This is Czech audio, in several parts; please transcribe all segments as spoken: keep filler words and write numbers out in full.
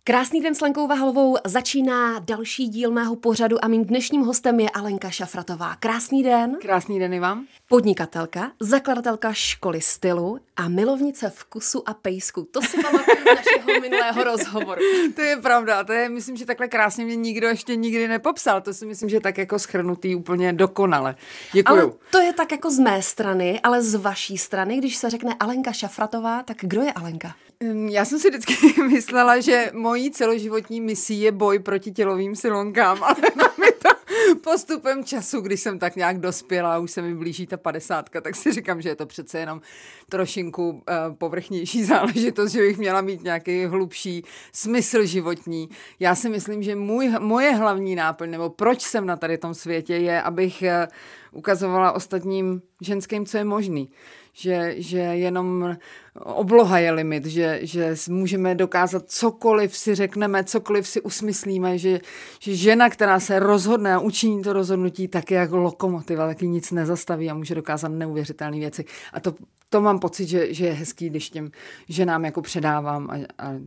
Krásný den s Lenkou Vahlovou, začíná další díl mého pořadu a mým dnešním hostem je Alenka Šafratová. Krásný den. Krásný den i vám. Podnikatelka, zakladatelka školy stylu a milovnice vkusu a pejsku. To si pamatuju z našeho minulého rozhovoru. To je pravda, to je, myslím, že takhle krásně mě nikdo ještě nikdy nepopsal. To si myslím, že tak jako shrnutý úplně dokonale. Děkuju. Ale to je tak jako z mé strany, ale z vaší strany, když se řekne Alenka Šafratová, tak kdo je Alenka? Já jsem si vždycky myslela, že mojí celoživotní misí je boj proti tělovým silonkám, ale mi to postupem času, když jsem tak nějak dospěla, už se mi blíží ta padesátka, tak si říkám, že je to přece jenom trošinku uh, povrchnější záležitost, že bych měla mít nějaký hlubší smysl životní. Já si myslím, že můj, moje hlavní náplň, nebo proč jsem na tady tom světě, je, abych uh, ukazovala ostatním ženským, co je možný. Že, že jenom obloha je limit, že, že můžeme dokázat cokoliv si řekneme, cokoliv si usmyslíme, že, že žena, která se rozhodne a učiní to rozhodnutí, tak je jako lokomotiva, taky nic nezastaví a může dokázat neuvěřitelné věci. A to, to mám pocit, že, že je hezký, když těm ženám jako předávám a, a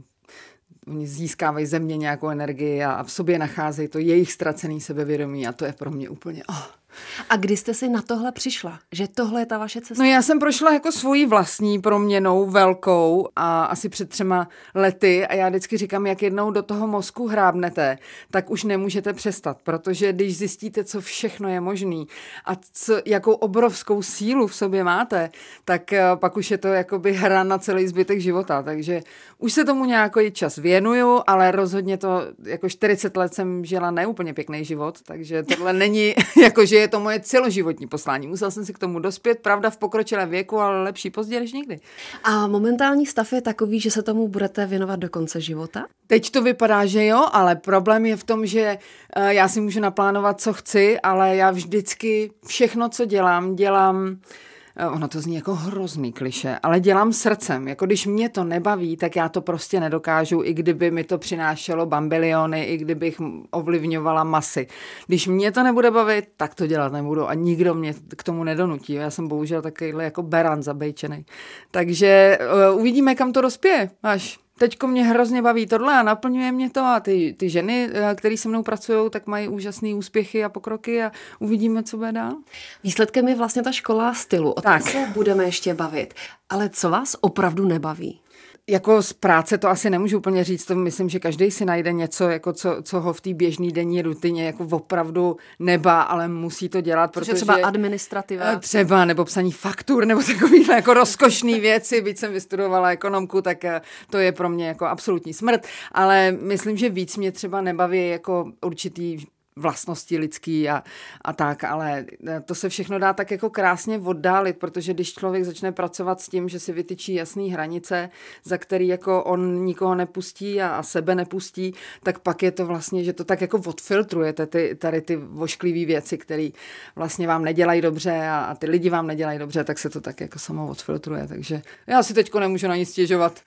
oni získávají ze mě nějakou energii a, a v sobě nacházejí to jejich ztracený sebevědomí a to je pro mě úplně... Oh. A kdy jste si na tohle přišla? Že tohle je ta vaše cesta? No já jsem prošla jako svojí vlastní proměnou velkou a asi před třema lety a já vždycky říkám, jak jednou do toho mozku hrábnete, tak už nemůžete přestat, protože když zjistíte, co všechno je možný a co, jakou obrovskou sílu v sobě máte, tak pak už je to jakoby hra na celý zbytek života, takže už se tomu nějaký čas věnuju, ale rozhodně to, jako čtyřicet let jsem žila neúplně pěkný život, takže tohle není jakože je to moje celoživotní poslání. Musel jsem si k tomu dospět, pravda v pokročilém věku, ale lepší pozdě než nikdy. A momentální stav je takový, že se tomu budete věnovat do konce života? Teď to vypadá, že jo, ale problém je v tom, že uh, já si můžu naplánovat, co chci, ale já vždycky všechno, co dělám, dělám... Ono to zní jako hrozný klišé, ale dělám srdcem. Jako když mě to nebaví, tak já to prostě nedokážu, i kdyby mi to přinášelo bambiliony, i kdybych ovlivňovala masy. Když mě to nebude bavit, tak to dělat nebudu a nikdo mě k tomu nedonutí. Já jsem bohužel takovýhle jako beran zabejčenej. Takže uh, uvidíme, kam to dospěje až. Teďko mě hrozně baví tohle a naplňuje mě to a ty, ty ženy, které se mnou pracují, tak mají úžasné úspěchy a pokroky a uvidíme, co bude dál. Výsledkem je vlastně ta škola stylu. O tom se budeme ještě bavit. Ale co vás opravdu nebaví? Jako z práce to asi nemůžu úplně říct, to myslím, že každý si najde něco, jako co, co ho v té běžné denní rutině jako opravdu nebá, ale musí to dělat, protože... třeba administrativa. Třeba, nebo psaní faktur, nebo takovýhle jako rozkošný věci, byť jsem vystudovala ekonomku, tak to je pro mě jako absolutní smrt, ale myslím, že víc mě třeba nebaví jako určitý vlastnosti lidský a, a tak, ale to se všechno dá tak jako krásně oddálit, protože když člověk začne pracovat s tím, že si vytyčí jasný hranice, za který jako on nikoho nepustí a, a sebe nepustí, tak pak je to vlastně, že to tak jako odfiltrujete ty, tady ty vošklivý věci, které vlastně vám nedělají dobře a, a ty lidi vám nedělají dobře, tak se to tak jako samo odfiltruje, takže já si teďko nemůžu na nic stěžovat.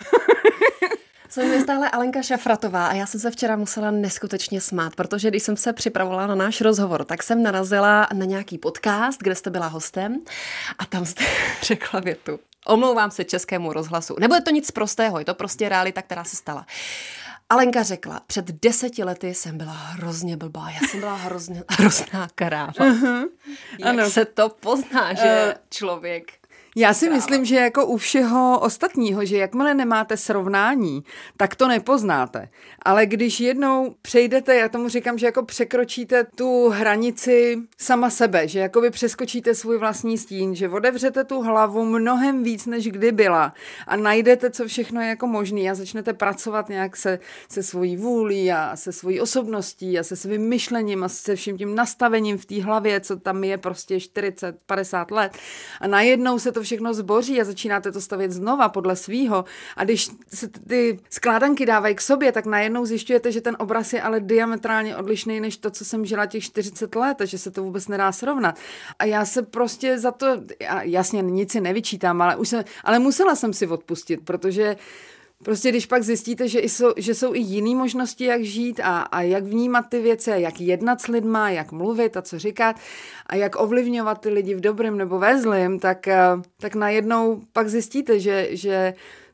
Se jmenuje stále Alenka Šafratová a já jsem se včera musela neskutečně smát, protože když jsem se připravovala na náš rozhovor, tak jsem narazila na nějaký podcast, kde jste byla hostem a tam jste řekla větu. Omlouvám se Českému rozhlasu. Nebude to nic prostého, je to prostě realita, která se stala. Alenka řekla, před deseti lety jsem byla hrozně blbá, já jsem byla hrozně, hrozná kráva. Uh-huh. Jak ano. se to pozná, že uh... člověk... Já si myslím, že jako u všeho ostatního, že jakmile nemáte srovnání, tak to nepoznáte. Ale když jednou přejdete, já tomu říkám, že jako překročíte tu hranici sama sebe, že jakoby přeskočíte svůj vlastní stín, že otevřete tu hlavu mnohem víc, než kdy byla a najdete, co všechno je jako možný a začnete pracovat nějak se, se svojí vůlí a se svojí osobností a se svým myšlením a se vším tím nastavením v té hlavě, co tam je prostě čtyřicet padesát let a najednou se to všechno zboří a začínáte to stavět znova podle svýho a když se ty skládanky dávají k sobě, tak najednou zjišťujete, že ten obraz je ale diametrálně odlišný než to, co jsem žila těch čtyřicet let a že se to vůbec nedá srovnat. A já se prostě za to, jasně nic si nevyčítám, ale, už jsem, ale musela jsem si odpustit, protože prostě když pak zjistíte, že jsou, že jsou i jiné možnosti, jak žít a, a jak vnímat ty věci a jak jednat s lidma, jak mluvit a co říkat a jak ovlivňovat ty lidi v dobrém nebo ve zlém, tak, tak najednou pak zjistíte, že, že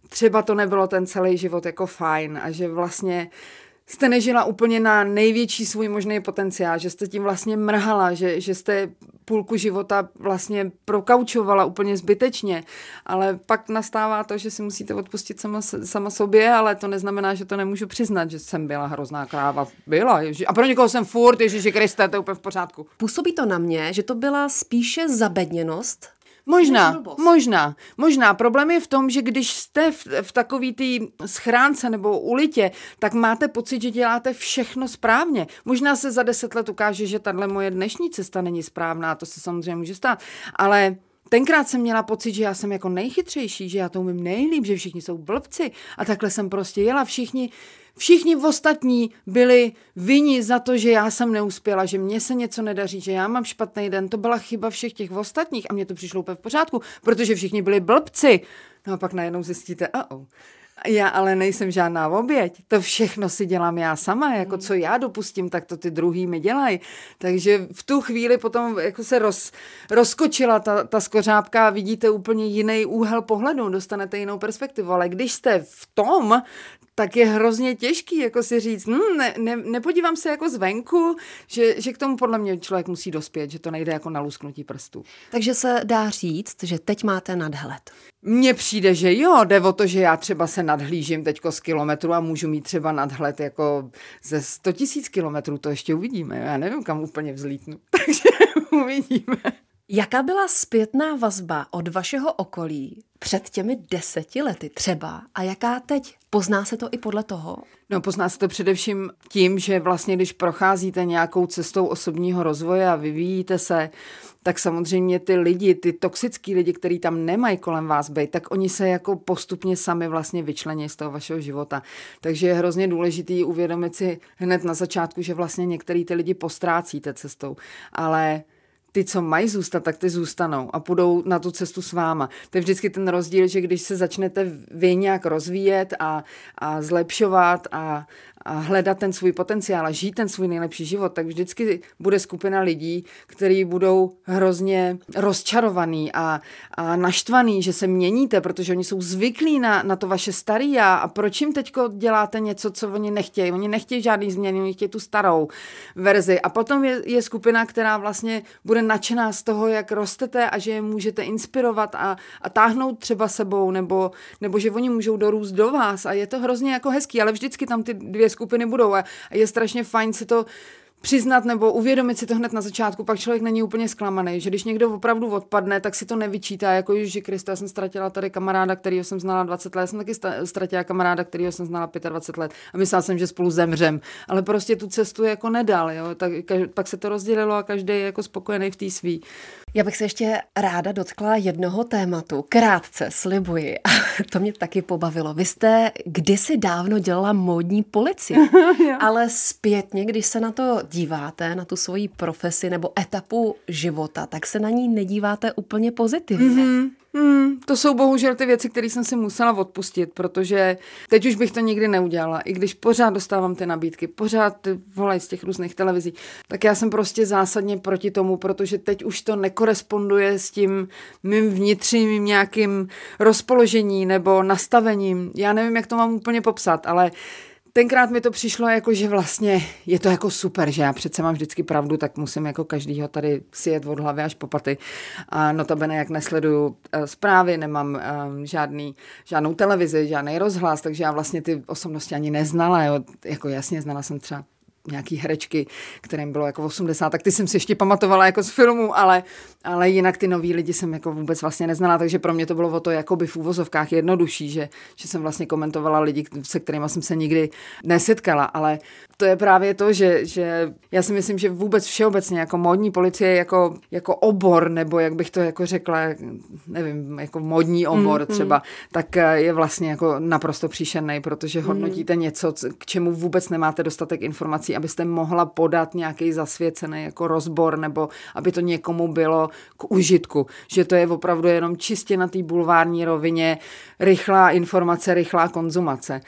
třeba to nebylo ten celý život jako fajn a že vlastně jste nežila úplně na největší svůj možný potenciál, že jste tím vlastně mrhala, že, že jste půlku života vlastně prokaučovala úplně zbytečně, ale pak nastává to, že si musíte odpustit sama, sama sobě, ale to neznamená, že to nemůžu přiznat, že jsem byla hrozná kráva. Byla. Ježi, a pro někoho jsem furt, Ježiši Kriste, to je úplně v pořádku. Působí to na mě, že to byla spíše zabedněnost. Možná, možná, možná. Problém je v tom, že když jste v, v takový té schránce nebo ulitě, tak máte pocit, že děláte všechno správně. Možná se za deset let ukáže, že tahle moje dnešní cesta není správná, to se samozřejmě může stát, ale tenkrát jsem měla pocit, že já jsem jako nejchytřejší, že já to umím nejlíp, že všichni jsou blbci a takhle jsem prostě jela. Všichni, všichni ostatní byli vinni za to, že já jsem neuspěla, že mně se něco nedaří, že já mám špatný den. To byla chyba všech těch ostatních a mně to přišlo úplně v pořádku, protože všichni byli blbci. No a pak najednou zjistíte, oh, já ale nejsem žádná oběť. To všechno si dělám já sama, jako co já dopustím, tak to ty druhý mi dělají. Takže v tu chvíli potom jako se roz, rozkočila ta, ta skořápka a vidíte úplně jiný úhel pohledu, dostanete jinou perspektivu. Ale když jste v tom, tak je hrozně těžký jako si říct, hm, ne, ne, nepodívám se jako zvenku, že, že k tomu podle mě člověk musí dospět, že to nejde jako na lusknutí prstů. Takže se dá říct, že teď máte nadhled. Mně přijde, že jo, jde o to, že já třeba se nadhlížím teďko z kilometru a můžu mít třeba nadhled jako ze sto tisíc kilometrů, to ještě uvidíme. Já nevím, kam úplně vzlítnu, takže uvidíme. Jaká byla zpětná vazba od vašeho okolí před těmi deseti lety třeba a jaká teď? Pozná se to i podle toho? No, pozná se to především tím, že vlastně, když procházíte nějakou cestou osobního rozvoje a vyvíjíte se, tak samozřejmě ty lidi, ty toxický lidi, kteří tam nemají kolem vás být, tak oni se jako postupně sami vlastně vyčlení z toho vašeho života. Takže je hrozně důležitý uvědomit si hned na začátku, že vlastně některý ty lidi postrácíte cestou, ale ty, co mají zůstat, tak ty zůstanou a půjdou na tu cestu s váma. To je vždycky ten rozdíl, že když se začnete vy nějak rozvíjet a, a zlepšovat a, a hledat ten svůj potenciál a žít ten svůj nejlepší život, tak vždycky bude skupina lidí, kteří budou hrozně rozčarovaný a, a naštvaný, že se měníte, protože oni jsou zvyklí na, na to vaše starý já a proč jim teďko děláte něco, co oni nechtějí. Oni nechtějí žádný změny, oni chtějí tu starou verzi. A potom je, je skupina, která vlastně bude nadšená z toho, jak rostete a že je můžete inspirovat a, a táhnout třeba sebou, nebo, nebo že oni můžou dorůst do vás a je to hrozně jako hezký, ale vždycky tam ty dvě skupiny budou a, a je strašně fajn si to přiznat nebo uvědomit si to hned na začátku, pak člověk není úplně zklamaný, že když někdo opravdu odpadne, tak si to nevyčítá, jako Ježiši Krista, já jsem ztratila tady kamaráda, kterýho jsem znala dvacet let, já jsem taky ztratila kamaráda, kterýho jsem znala dvacet pět let a myslela jsem, že spolu zemřem, ale prostě tu cestu jako nedal, jo, tak pak se to rozdělilo a každý je jako spokojený v té svý. Já bych se ještě ráda dotkla jednoho tématu. Krátce, slibuji. A to mě taky pobavilo. Vy jste kdysi dávno dělala módní policii, ale zpětně, když se na to díváte, na tu svoji profesi nebo etapu života, tak se na ní nedíváte úplně pozitivně. Mm-hmm. Hmm, to jsou bohužel ty věci, které jsem si musela odpustit, protože teď už bych to nikdy neudělala. I když pořád dostávám ty nabídky, pořád ty volají z těch různých televizí, tak já jsem prostě zásadně proti tomu, protože teď už to nekoresponduje s tím mým vnitřním nějakým rozpoložení nebo nastavením. Já nevím, jak to mám úplně popsat, ale tenkrát mi to přišlo jako, že vlastně je to jako super, že já přece mám vždycky pravdu, tak musím jako každýho tady si jet od hlavy až po paty. A notabene, jak nesleduju uh, zprávy, nemám um, žádný, žádnou televizi, žádný rozhlas, takže já vlastně ty osobnosti ani neznala. Jo. Jako jasně, znala jsem třeba nějaký herečky, kterým bylo jako osmdesát, tak ty jsem si ještě pamatovala jako z filmu, ale, ale jinak ty nový lidi jsem jako vůbec vlastně neznala, takže pro mě to bylo o to jakoby v úvozovkách jednodušší, že, že jsem vlastně komentovala lidi, se kterými jsem se nikdy nesetkala, ale to je právě to, že, že já si myslím, že vůbec všeobecně jako módní policie jako, jako obor, nebo jak bych to jako řekla, nevím, jako módní obor mm, třeba, mm. tak je vlastně jako naprosto příšerný, protože hodnotíte mm. něco, k čemu vůbec nemáte dostatek informací, abyste mohla podat nějaký zasvěcený jako rozbor, nebo aby to někomu bylo k užitku. Že to je opravdu jenom čistě na té bulvární rovině rychlá informace, rychlá konzumace.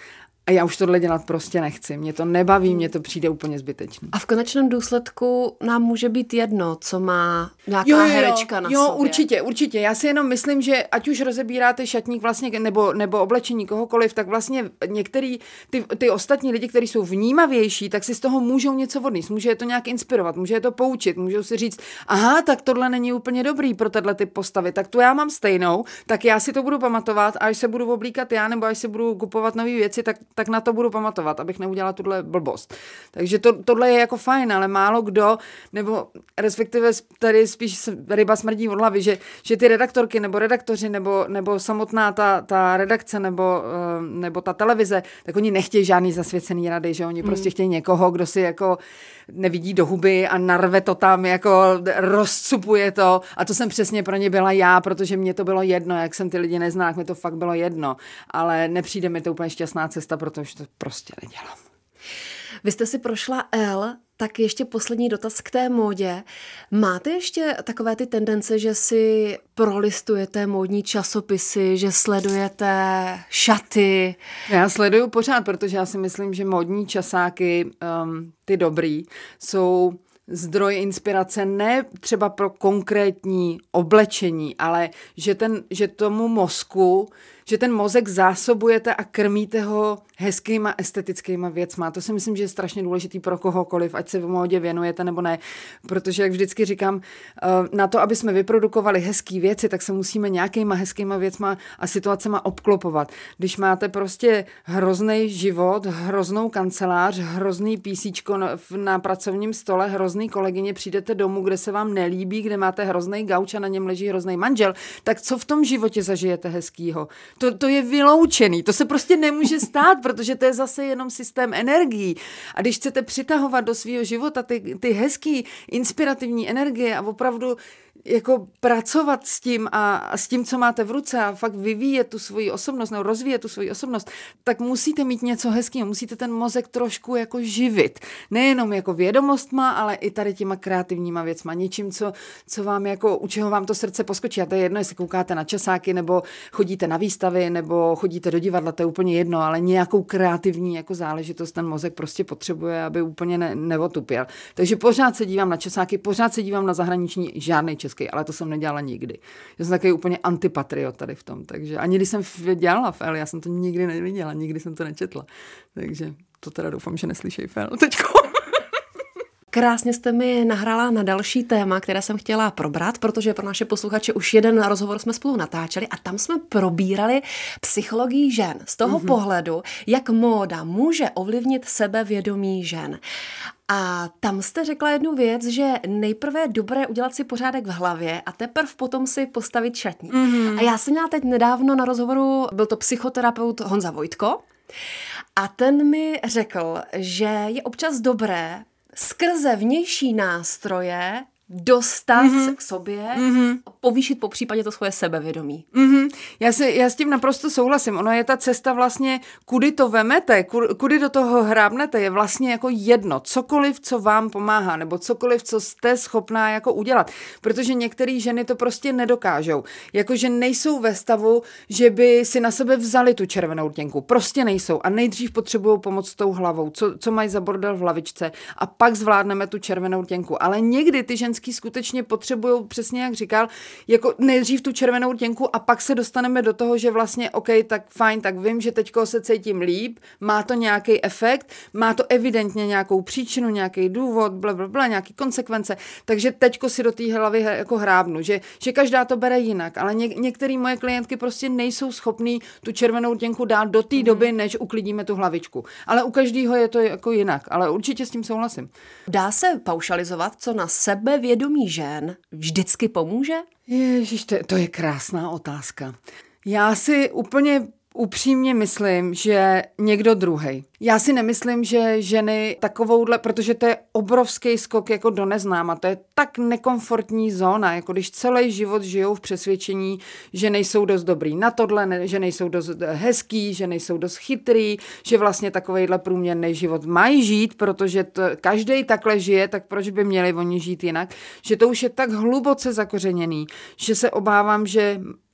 A já už tohle dělat prostě nechci. Mě to nebaví, mně to přijde úplně zbytečný. A v konečném důsledku nám může být jedno, co má nějaká jo, jo, herečka na jo, sobě. určitě, určitě. Já si jenom myslím, že ať už rozebíráte šatník vlastně, nebo, nebo oblečení kohokoliv, tak vlastně některý, ty, ty ostatní lidi, kteří jsou vnímavější, tak si z toho můžou něco odníst. Může je to nějak inspirovat, může je to poučit, můžou si říct, aha, tak tohle není úplně dobrý pro tenhle typ postavy, tak to já mám stejnou, tak já si to budu pamatovat a až se budu oblíkat já, nebo až si budu kupovat nové věci, tak, tak na to budu pamatovat, abych neudělala tuhle blbost. Takže to, tohle je jako fajn, ale málo kdo, nebo respektive tady spíš ryba smrdí od hlavy, že, že ty redaktorky nebo redaktoři nebo, nebo samotná ta, ta redakce nebo, nebo ta televize, tak oni nechtějí žádný zasvěcený rady, že oni mm. prostě chtějí někoho, kdo si jako nevidí do huby a narve to tam, jako rozcupuje to a to jsem přesně pro ně byla já, protože mě to bylo jedno, jak jsem ty lidi neznala, jak mi to fakt bylo jedno, ale nepřijde mi to úplně šťastná cesta, protože to prostě nedělám. Vy jste si prošla L, tak ještě poslední dotaz k té módě. Máte ještě takové ty tendence, že si prolistujete módní časopisy, že sledujete šaty? Já sleduju pořád, protože já si myslím, že módní časáky, um, ty dobrý, jsou zdroj inspirace ne třeba pro konkrétní oblečení, ale že, ten, že tomu mozku, že ten mozek zásobujete a krmíte ho hezkýma estetickýma věcma. To si myslím, že je strašně důležitý pro kohokoliv, ať se v módě věnujete nebo ne, protože jak vždycky říkám, na to, aby jsme vyprodukovali hezký věci, tak se musíme nějakýma hezkýma věcma a situacema obklopovat. Když máte prostě hrozný život, hroznou kancelář, hrozný písíčko na, na pracovním stole, hrozný kolegyně, přijdete domů, kde se vám nelíbí, kde máte hrozný gauč a na něm leží hrozný manžel, tak co v tom životě zažijete hezkýho? To, to je vyloučený, to se prostě nemůže stát, protože to je zase jenom systém energií. A když chcete přitahovat do svého života ty, ty hezký, inspirativní energie a opravdu jako pracovat s tím a, a s tím, co máte v ruce a fakt vyvíjet tu svoji osobnost nebo rozvíjet tu svoji osobnost, tak musíte mít něco hezkého, musíte ten mozek trošku jako živit. Nejenom jako vědomostma, ale i tady těma kreativníma věcma. Něčím, co, co vám jako, u čeho vám to srdce poskočí. A to je jedno, jestli koukáte na časáky, nebo chodíte na výstavy, nebo chodíte do divadla, to je úplně jedno, ale nějakou kreativní jako záležitost ten mozek prostě potřebuje, aby úplně ne, neotupěl. Takže pořád se dívám na časáky, pořád se dívám na zahraniční, žádný český, ale to jsem nedělala nikdy. Já jsem takový úplně antipatriot tady v tom, takže ani když jsem dělala F L, já jsem to nikdy neviděla, nikdy jsem to nečetla. Takže to teda doufám, že neslyšej F L teďko. Krásně jste mi nahrála na další téma, které jsem chtěla probrat, protože pro naše posluchače už jeden rozhovor jsme spolu natáčeli a tam jsme probírali psychologii žen z toho mm-hmm. pohledu, jak móda může ovlivnit sebevědomí žen. A tam jste řekla jednu věc, že nejprve je dobré udělat si pořádek v hlavě a teprve potom si postavit šatník. Mm-hmm. A já jsem měla teď nedávno na rozhovoru, byl to psychoterapeut Honza Vojtko a ten mi řekl, že je občas dobré skrze vnější nástroje dostat mm-hmm. k sobě mm-hmm. a povýšit po případě to svoje sebevědomí. Mm-hmm. Já, si, já s tím naprosto souhlasím. Ono je ta cesta vlastně, kudy to vemete, kudy do toho hrábnete, je vlastně jako jedno. Cokoliv, co vám pomáhá, nebo cokoliv, co jste schopná jako udělat. Protože některé ženy to prostě nedokážou. Jakože nejsou ve stavu, že by si na sebe vzali tu červenou rtěnku. Prostě nejsou. A nejdřív potřebují pomoc s tou hlavou, co, co mají za bordel v hlavičce a pak zvládneme tu červenou rtěnku. Ale někdy ty ženské skutečně potřebují, přesně jak říkal, jako nejdřív tu červenou rtěnku a pak se dostaneme do toho, že vlastně OK, tak fajn, tak vím, že teďko se cítím líp, má to nějaký efekt, má to evidentně nějakou příčinu, nějaký důvod, blablabla, nějaký konsekvence, takže teďko si do té hlavy jako hrábnu, že, že každá to bere jinak, ale ně, některé moje klientky prostě nejsou schopný tu červenou rtěnku dát do té mm. doby, než uklidíme tu hlavičku. Ale u každého je to jako jinak, ale určitě s tím souhlasím. Dá se paušalizovat, co na sebevědomí žen vždycky pomůže? Ježiš, to, to je krásná otázka. Já si úplně upřímně myslím, že někdo druhej. Já si nemyslím, že ženy takovouhle, protože to je obrovský skok jako do neznáma, to je tak nekomfortní zóna, jako když celý život žijou v přesvědčení, že nejsou dost dobrý na tohle, ne, že nejsou dost hezký, že nejsou dost chytrý, že vlastně takovejhle průměrný život mají žít, protože to, každej takhle žije, tak proč by měli oni žít jinak, že to už je tak hluboce zakořeněný, že se obávám, že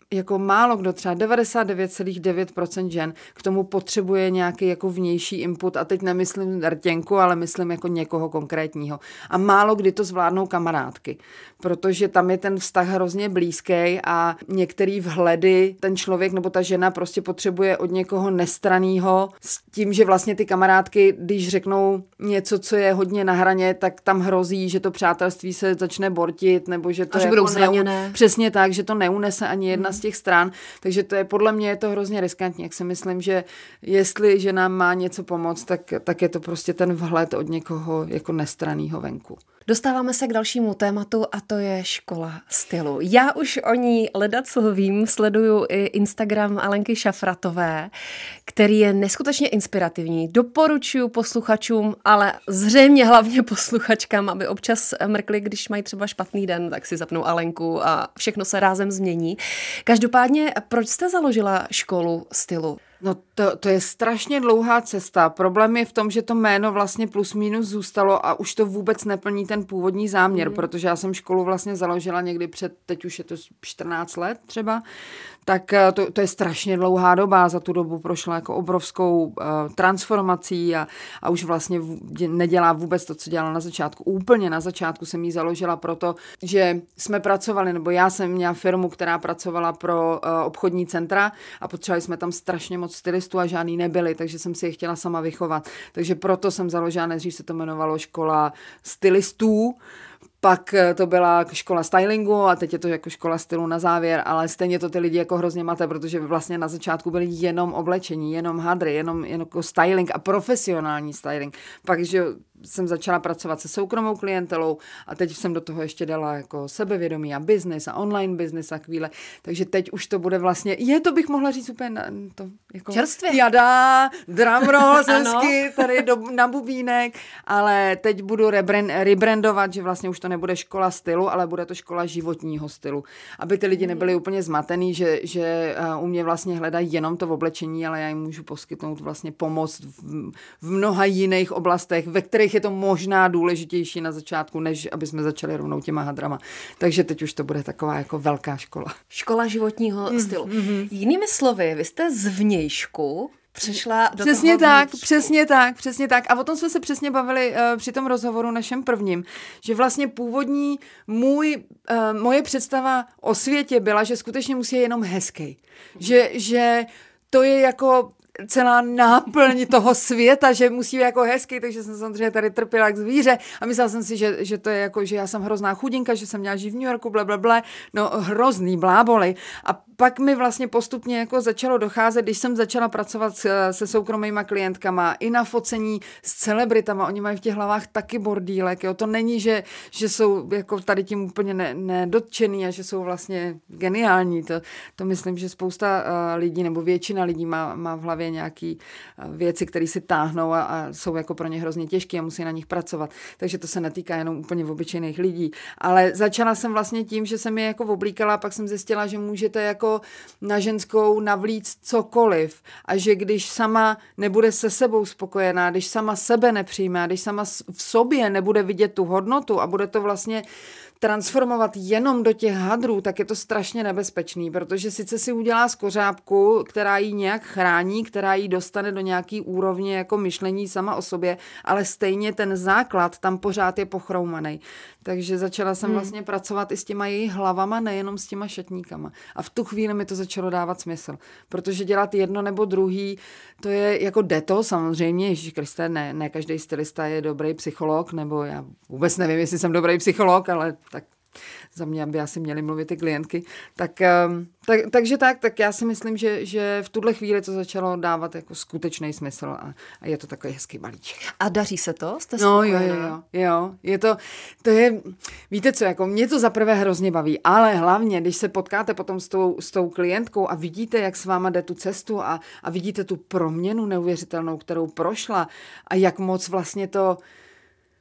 jako málo kdo, třeba devadesát devět celá devět procent žen k tomu potřebuje nějaký jako vnější input a teď nemyslím rtěnku, ale myslím jako někoho konkrétního. A málo kdy to zvládnou kamarádky, protože tam je ten vztah hrozně blízký a některý vhledy ten člověk nebo ta žena prostě potřebuje od někoho nestranného s tím, že vlastně ty kamarádky, když řeknou něco, co je hodně na hraně, tak tam hrozí, že to přátelství se začne bortit nebo že to a že jako budou zraněné. Přesně tak, že to neunese ani jedna z těch stran, takže to je podle mě je to hrozně riskantní, jak si myslím, že jestli žena má něco pomoct, tak, tak je to prostě ten vhled od někoho jako nestranného venku. Dostáváme se k dalšímu tématu a to je škola stylu. Já už o ní ledaco vím, sleduju i Instagram Alenky Šafratové, který je neskutečně inspirativní. Doporučuji posluchačům, ale zřejmě hlavně posluchačkám, aby občas mrkli, když mají třeba špatný den, tak si zapnou Alenku a všechno se rázem změní. Každopádně, proč jste založila školu stylu? No to, to je strašně dlouhá cesta. Problém je v tom, že to jméno vlastně plus minus zůstalo a už to vůbec neplní ten původní záměr, mm. protože já jsem školu vlastně založila někdy před, teď už je to čtrnáct let třeba, tak to, to je strašně dlouhá doba. Za tu dobu prošla jako obrovskou uh, transformací a, a už vlastně v, nedělá vůbec to, co dělala na začátku. Úplně na začátku jsem ji založila proto, že jsme pracovali, nebo já jsem měla firmu, která pracovala pro uh, obchodní centra a potřebovali jsme tam strašně moc stylistů a žádný nebyli, takže jsem si je chtěla sama vychovat. Takže proto jsem založila, nejdřív se to jmenovalo škola stylistů, pak to byla škola stylingu a teď je to jako škola stylu na závěr, ale stejně to ty lidi jako hrozně mate, protože vlastně na začátku byly jenom oblečení, jenom hadry, jenom, jenom jako styling a profesionální styling. Pak, že jsem začala pracovat se soukromou klientelou a teď jsem do toho ještě dala jako sebevědomí a business a online business a chvíle. Takže teď už to bude vlastně, je to bych mohla říct úplně na, to jako čerstvě. Jada, drumroll, hezky, tady do, na bubínek, ale teď budu rebrand, rebrandovat, že vlastně už to nebude škola stylu, ale bude to škola životního stylu. Aby ty lidi nebyli úplně zmatený, že, že u mě vlastně hledají jenom to v oblečení, ale já jim můžu poskytnout vlastně pomoc v, v mnoha jiných oblastech, ve kterých je to možná důležitější na začátku, než aby jsme začali rovnou těma hadrama. Takže teď už to bude taková jako velká škola. Škola životního mm, stylu. Mm-hmm. Jinými slovy, vy jste z vnějšku přešla do přesně toho tak, vnitřku. přesně tak, přesně tak. A o tom jsme se přesně bavili uh, při tom rozhovoru našem prvním, že vlastně původní můj, uh, moje představa o světě byla, že skutečně musí jenom hezký. Že, že to je jako celá náplň toho světa, že musí být jako hezký, takže jsem samozřejmě tady trpěla jak zvíře a myslela jsem si, že, že to je jako, že já jsem hrozná chudinka, že jsem měla žít v New Yorku, blablabla, no hrozný bláboli. A pak mi vlastně postupně jako začalo docházet, když jsem začala pracovat se, se soukromýma klientkama i na focení s celebritama, oni mají v těch hlavách taky bordílek, jo, to není, že, že jsou jako tady tím úplně ne, nedotčený a že jsou vlastně geniální, to, to myslím, že spousta uh, lidí nebo většina lidí má, má v hlavě nějaký věci, které si táhnou a, a jsou jako pro ně hrozně těžké a musí na nich pracovat. Takže to se netýká jenom úplně obyčejných lidí. Ale začala jsem vlastně tím, že jsem je jako oblíkala a pak jsem zjistila, že můžete jako na ženskou navlíct cokoliv a že když sama nebude se sebou spokojená, když sama sebe nepřijme, když sama v sobě nebude vidět tu hodnotu a bude to vlastně transformovat jenom do těch hadrů, tak je to strašně nebezpečný, protože sice si udělá skořápku, která jí nějak chrání, která jí dostane do nějaký úrovně jako myšlení sama o sobě, ale stejně ten základ tam pořád je pochroumaný. Takže začala jsem hmm. vlastně pracovat i s těma jejich hlavama, nejenom s těma šatníkama. A v tu chvíli mi to začalo dávat smysl, protože dělat jedno nebo druhý, to je jako jde to samozřejmě, Ježíš Kriste, ne, ne každý stylista je dobrý psycholog, nebo já vůbec nevím, jestli jsem dobrý psycholog, ale tak za mě by asi měly mluvit ty klientky. Tak, tak, takže tak, tak já si myslím, že, že v tuhle chvíli to začalo dávat jako skutečný smysl a, a je to takový hezký balíček. A daří se to? Jste no jo, jo, jo, jo. Je to, to je, víte co, jako mě to zaprvé hrozně baví, ale hlavně, když se potkáte potom s tou, s tou klientkou a vidíte, jak s váma jde tu cestu a, a vidíte tu proměnu neuvěřitelnou, kterou prošla a jak moc vlastně to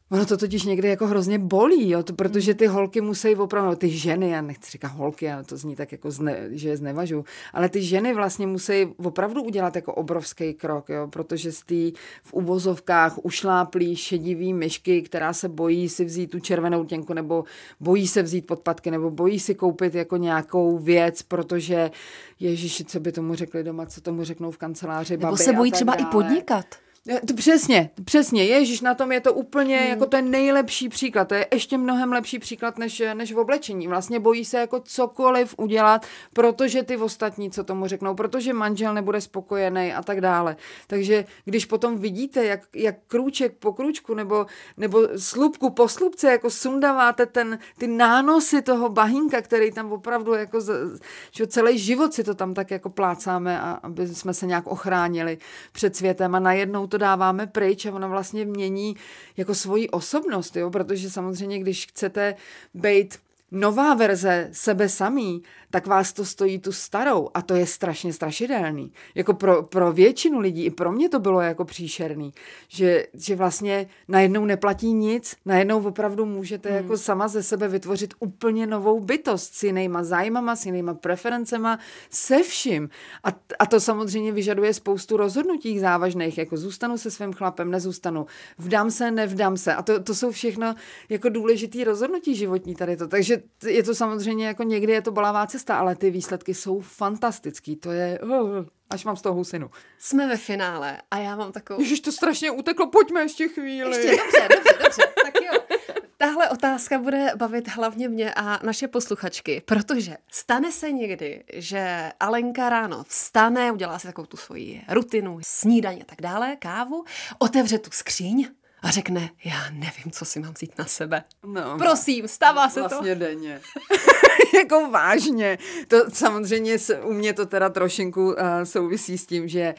Ono to totiž někdy jako hrozně bolí, jo, to, protože ty holky musí opravdu, ty ženy, já nechci říkat holky, ale to zní tak jako, zne, že je znevažu, ale ty ženy vlastně musí opravdu udělat jako obrovský krok, jo, protože z té v uvozovkách ušláplý šedivý myšky, která se bojí si vzít tu červenou těnku, nebo bojí se vzít podpatky, nebo bojí si koupit jako nějakou věc, protože ježiši, co by tomu řekli doma, co tomu řeknou v kanceláři, nebo se bojí třeba dále. I podnikat. To přesně, přesně, ježiš, na tom je to úplně, hmm. jako to je nejlepší příklad, to je ještě mnohem lepší příklad než, než v oblečení. Vlastně bojí se jako cokoliv udělat, protože ty ostatní, co tomu řeknou, protože manžel nebude spokojený a tak dále. Takže když potom vidíte, jak, jak krůček po krůčku nebo, nebo slupku po slupce, jako sundáváte ten, ty nánosy toho bahínka, který tam opravdu jako, že celý život si to tam tak jako plácáme, a aby jsme se nějak ochránili před světem, a najednou to dáváme pryč a ono vlastně mění jako svoji osobnost, jo? Protože samozřejmě, když chcete být nová verze sebe samý, tak vás to stojí tu starou, a to je strašně strašidelný. Jako pro, pro většinu lidí, i pro mě to bylo jako příšerný, že, že vlastně najednou neplatí nic, najednou opravdu můžete hmm. jako sama ze sebe vytvořit úplně novou bytost s jinýma zájmama, s jinýma preferencema, se vším. A, a to samozřejmě vyžaduje spoustu rozhodnutí závažných, jako zůstanu se svým chlapem, nezůstanu, vdám se, nevdám se. A to, to jsou všechno jako důležitý rozhodnutí životní tady to. Takže je to samozřejmě jako někdy je to bolavá cesta, ale ty výsledky jsou fantastický. To je, oh, až mám z toho husinu. Jsme ve finále a já mám takovou... Ježiš, to strašně uteklo, pojďme ještě chvíli. Ještě, dobře, dobře, dobře, tak jo. Tahle otázka bude bavit hlavně mě a naše posluchačky, protože stane se někdy, že Alenka ráno vstane, udělá si takovou tu svoji rutinu, snídaně a tak dále, kávu, otevře tu skříň a řekne, já nevím, co si mám vzít na sebe. No, prosím, stává se vlastně to. Vlastně denně. Jako vážně. To samozřejmě u mě to teda trošinku uh, souvisí s tím, že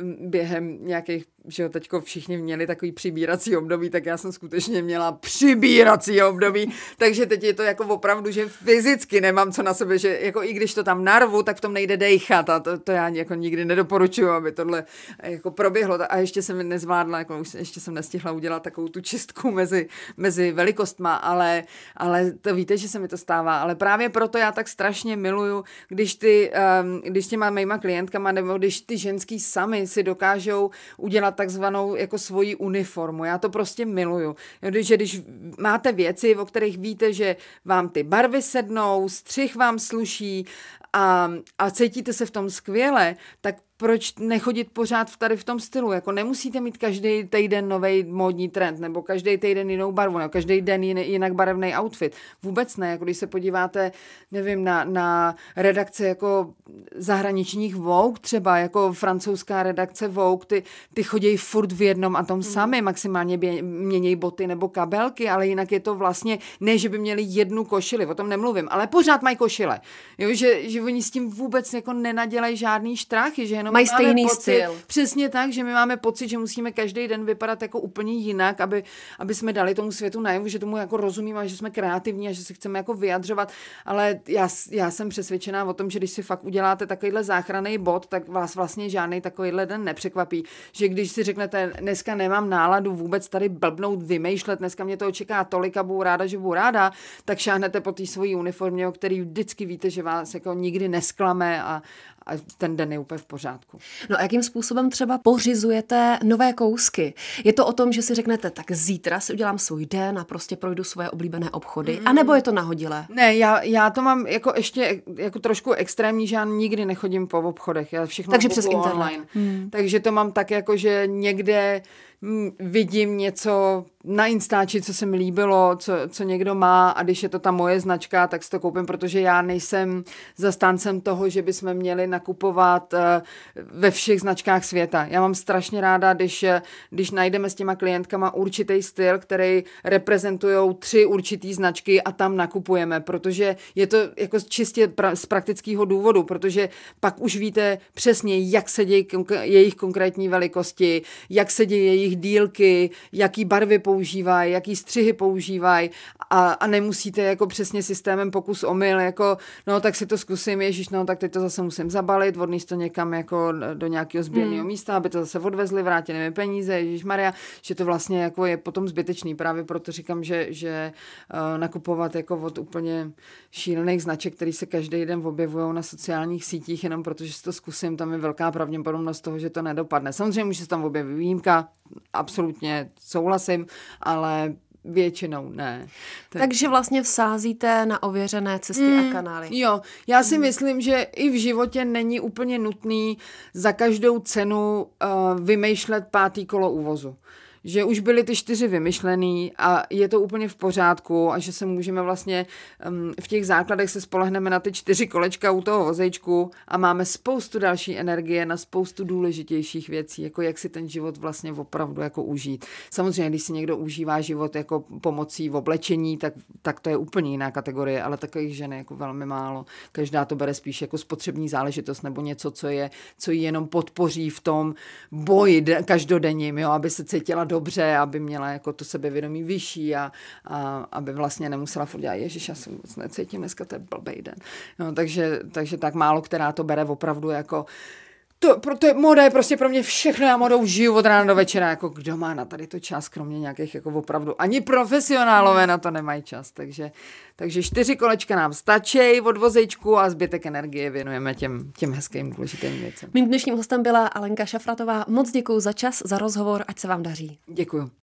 během nějakých, že jo, teďko všichni měli takový přibírací období, tak já jsem skutečně měla přibírací období, takže teď je to jako opravdu, že fyzicky nemám co na sebe, že jako i když to tam narvu, tak v tom nejde dejchat, a to, to já jako nikdy nedoporučuju, aby tohle jako proběhlo, a ještě jsem nezvládla, jako už ještě jsem nestihla udělat takovou tu čistku mezi, mezi velikostma, ale, ale to víte, že se mi to stává, ale právě proto já tak strašně miluju, když ty, um, když s těma mýma klientkama, nebo když ty ženský sami si dokážou udělat takzvanou jako svoji uniformu. Já to prostě miluju. Že když máte věci, o kterých víte, že vám ty barvy sednou, střih vám sluší a, a cítíte se v tom skvěle, tak proč nechodit pořád tady v tom stylu? Jako nemusíte mít každý týden nový módní trend, nebo každý týden jinou barvu, nebo každý den jinak barevný outfit. Vůbec ne. Jako když se podíváte, nevím, na, na redakce jako zahraničních Vogue, třeba jako francouzská redakce Vogue, ty, ty chodí furt v jednom a tom mm. sami, maximálně měnějí boty nebo kabelky, ale jinak je to vlastně, ne, že by měli jednu košili, o tom nemluvím, ale pořád mají košile. Jo, že, že oni s tím vůbec jako nenadělají žádný štráchy, že jenom mají stejný pocit, styl. Přesně tak, že my máme pocit, že musíme každý den vypadat jako úplně jinak, aby, aby jsme dali tomu světu najevo, že tomu jako rozumíme a že jsme kreativní a že se chceme jako vyjadřovat, ale já, já jsem přesvědčená o tom, že když si fakt uděláte takovýhle záchranný bod, tak vás vlastně žádný takovýhle den nepřekvapí, že když si řeknete, dneska nemám náladu vůbec tady blbnout, vymýšlet, dneska mě to čeká tolik a budu ráda, že budu ráda, tak šáhnete po té svojí uniformě, o který vždycky víte, že vás jako nikdy nesklame a, a ten den je úplně v pořádku. No a jakým způsobem třeba pořizujete nové kousky? Je to o tom, že si řeknete, tak zítra si udělám svůj den a prostě projdu svoje oblíbené obchody, mm. anebo je to nahodilé? Ne, já, já to mám jako ještě jako trošku extrémní, že já nikdy nechodím po obchodech, já všechno takže přes internet. Online. Hmm. Takže to mám tak jako, že někde vidím něco na Instači, co se mi líbilo, co, co někdo má, a když je to ta moje značka, tak si to koupím, protože já nejsem zastáncem toho, že bychom měli nakupovat ve všech značkách světa. Já mám strašně ráda, když, když najdeme s těma klientkama určitý styl, který reprezentují tři určitý značky a tam nakupujeme, protože je to jako čistě pra, z praktického důvodu, protože pak už víte přesně, jak se dějí konk- jejich konkrétní velikosti, jak se dějí jejich jejich dílky, jaký barvy používají, jaký střihy používají a, a nemusíte jako přesně systémem pokus omyl, jako no tak si to zkusím, ježiš, no tak teď to zase musím zabalit, odníst to někam jako do nějakého sběrného hmm. místa, aby to zase odvezli, vrátili mi peníze, ježišmarja, že to vlastně jako je potom zbytečný, právě proto říkám, že, že uh, nakupovat jako od úplně šílených značek, který se každý den objevují na sociálních sítích, jenom protože si to zkusím, tam je velká pravděpodobnost toho, že to nedopadne. Samozřejmě může se tam objevit výjimka, absolutně souhlasím, ale většinou ne. Tak... Takže vlastně vsázíte na ověřené cesty mm, a kanály. Jo, já si mm. myslím, že i v životě není úplně nutný za každou cenu uh, vymýšlet pátý kolo úvozu. Že už byly ty čtyři vymyšlený a je to úplně v pořádku a že se můžeme vlastně um, v těch základech se spolehneme na ty čtyři kolečka u toho vozejčku a máme spoustu další energie na spoustu důležitějších věcí, jako jak si ten život vlastně opravdu jako užít. Samozřejmě, když si někdo užívá život jako pomocí v oblečení, tak, tak to je úplně jiná kategorie, ale takových žen je jako velmi málo. Každá to bere spíš jako spotřební záležitost nebo něco, co je, co ji jenom podpoří v tom boji každodenním, jo, aby se cítila dobře, aby měla jako to sebevědomí vyšší a, a aby vlastně nemusela furt dělat, ježiš, já se vůbec necítím, dneska to je blbej den. No, takže, takže tak málo, která to bere opravdu jako to, to je, moda je prostě pro mě všechno, já modou žiju od rána do večera, jako kdo má na tady to čas, kromě nějakých jako opravdu, ani profesionálové na to nemají čas, takže, takže čtyři kolečka nám stačí od vozejčku a zbytek energie věnujeme těm, těm hezkým důležitým věcem. Mým dnešním hostem byla Alenka Šafratová, moc děkuju za čas, za rozhovor, ať se vám daří. Děkuju.